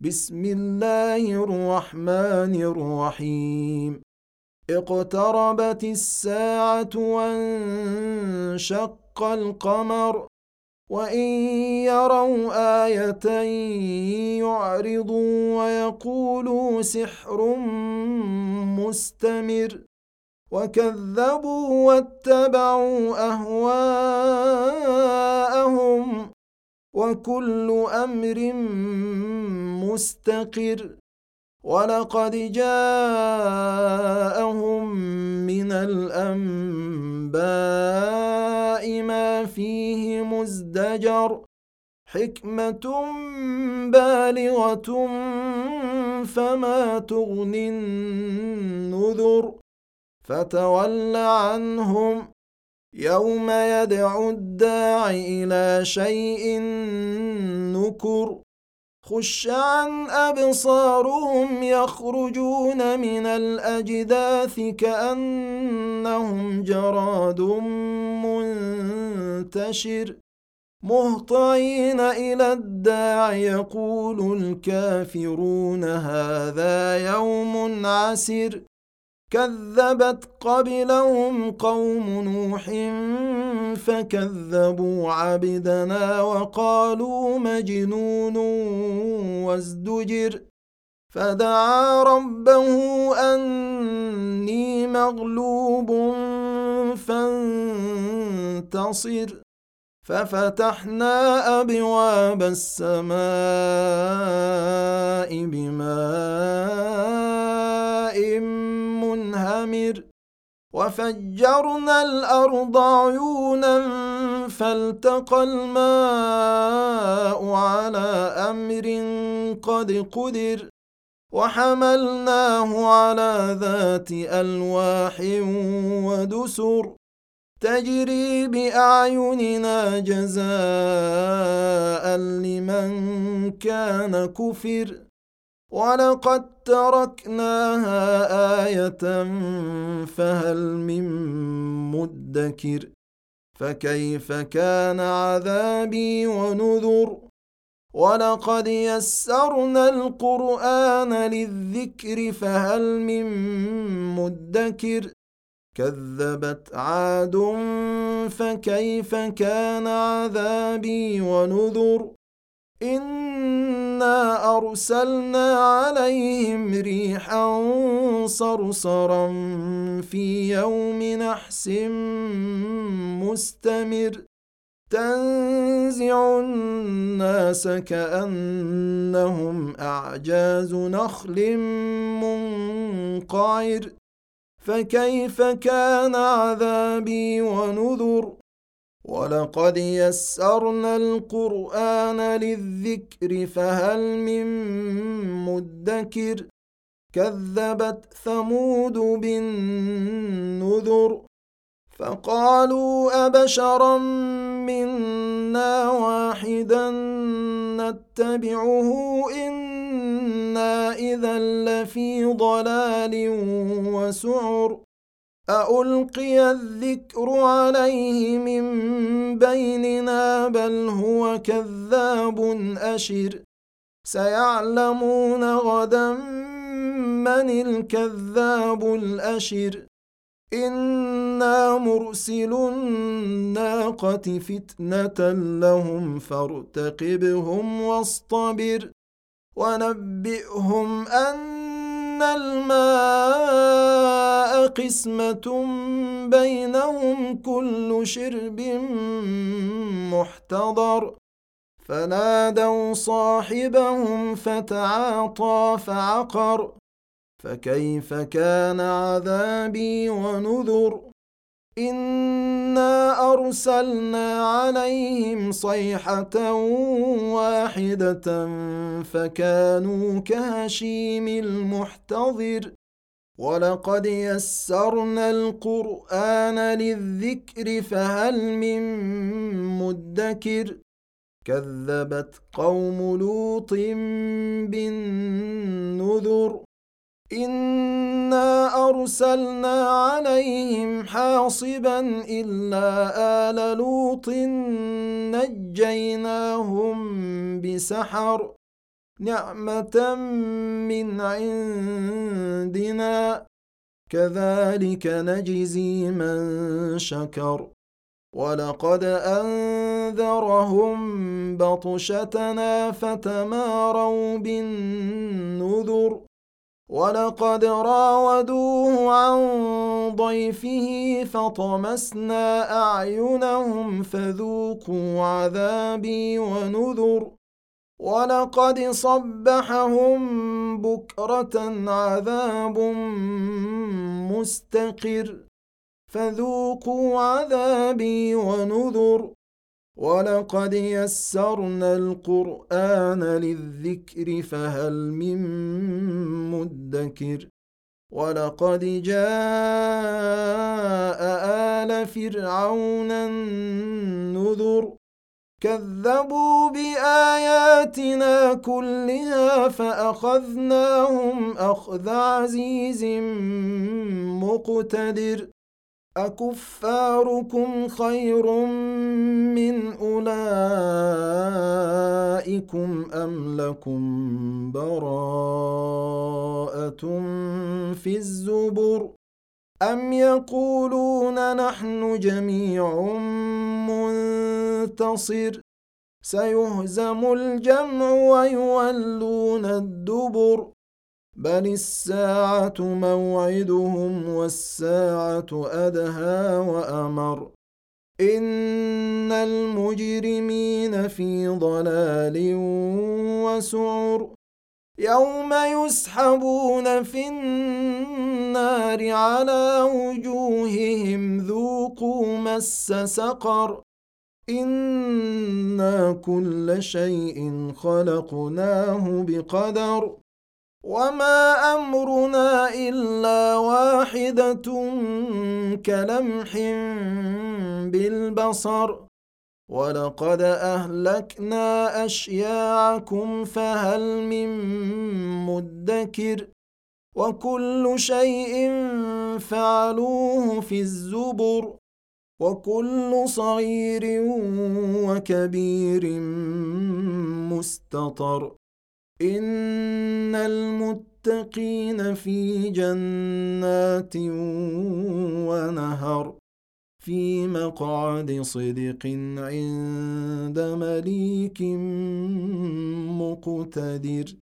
بسم الله الرحمن الرحيم. اقتربت الساعة وانشق القمر وإن يروا آية يعرضوا ويقولوا سحر مستمر وكذبوا واتبعوا أهواءهم وكل أمر مستقر ولقد جاءهم من الأنباء ما فيه مزدجر حكمة بالغة فما تغني النذر فتول عنهم يوم يدعو الداع إلى شيء نكر خش عن أبصارهم يخرجون من الأجداث كأنهم جراد منتشر مهطعين إلى الداع يقول الكافرون هذا يوم عسر كذبت قبلهم قوم نوح فكذبوا عبدنا وقالوا مجنون وازدجر فدعا ربه أني مغلوب فانتصر ففتحنا أبواب السماء بماء منهمر وفجرنا الأرض عيونا فالتقى الماء على أمر قد قدر وحملناه على ذات ألواح ودسر تجري بأعيننا جزاء لمن كان كفر ولقد تركناها آية فهل من مدكر فكيف كان عذابي ونذر ولقد يسرنا القرآن للذكر فهل من مدكر كذبت عاد فكيف كان عذابي ونذر إنا أرسلنا عليهم ريحا صرصرا في يوم نحس مستمر تنزع الناس كأنهم أعجاز نخل منقعر فكيف كان عذابي ونذر ولقد يسرنا القرآن للذكر فهل من مدكر كذبت ثمود بالنذر فقالوا أبشرا منا واحدا نتبعه إنا إذا لفي ضلال وسعر أألقي الذكر عليه من بيننا بل هو كذاب أشر سيعلمون غدا من الكذاب الأشر إنا مرسل الناقة فتنة لهم فارتقبهم واصطبر ونبئهم أن الماء قسمة بينهم كل شرب محتضر فنادوا صاحبهم فتعاطى فعقر فكيف كان عذابي ونذر إنا أرسلنا عليهم صيحة واحدة فكانوا كهشيم المحتضر ولقد يسرنا القرآن للذكر فهل من مدكر كذبت قوم لوط بالنذر إنا أرسلنا عليهم حاصبا إلا آل لوط نجيناهم بسحر نعمة من عندنا كذلك نجزي من شكر ولقد أنذرهم بطشتنا فتماروا بالنذر ولقد راودوه عن ضيفه فطمسنا أعينهم فذوقوا عذابي ونذر ولقد صبحهم بكرة عذاب مستقر فذوقوا عذابي ونذر ولقد يسرنا القرآن للذكر فهل من مدكر ولقد جاء آل فرعون النذر كذبوا بآياتنا كلها فأخذناهم أخذ عزيز مقتدر أكفاركم خير من أولئكم أم لكم براءة في الزبر أم يقولون نحن جميع منتصر سيهزم الجمع ويولون الدبر بل الساعة موعدهم والساعة أدهى وأمر إن المجرمين في ضلال وسعر يوم يسحبون في النار على وجوههم ذوقوا مس سقر إنا كل شيء خلقناه بقدر وما أمرنا إلا واحدة كلمح بالبصر ولقد أهلكنا أشياعكم فهل من مدكر وكل شيء فعلوه في الزبر وكل صغير وكبير مستطر إن المتقين في جنات ونهر في مقعد صدق عند مليك مقتدر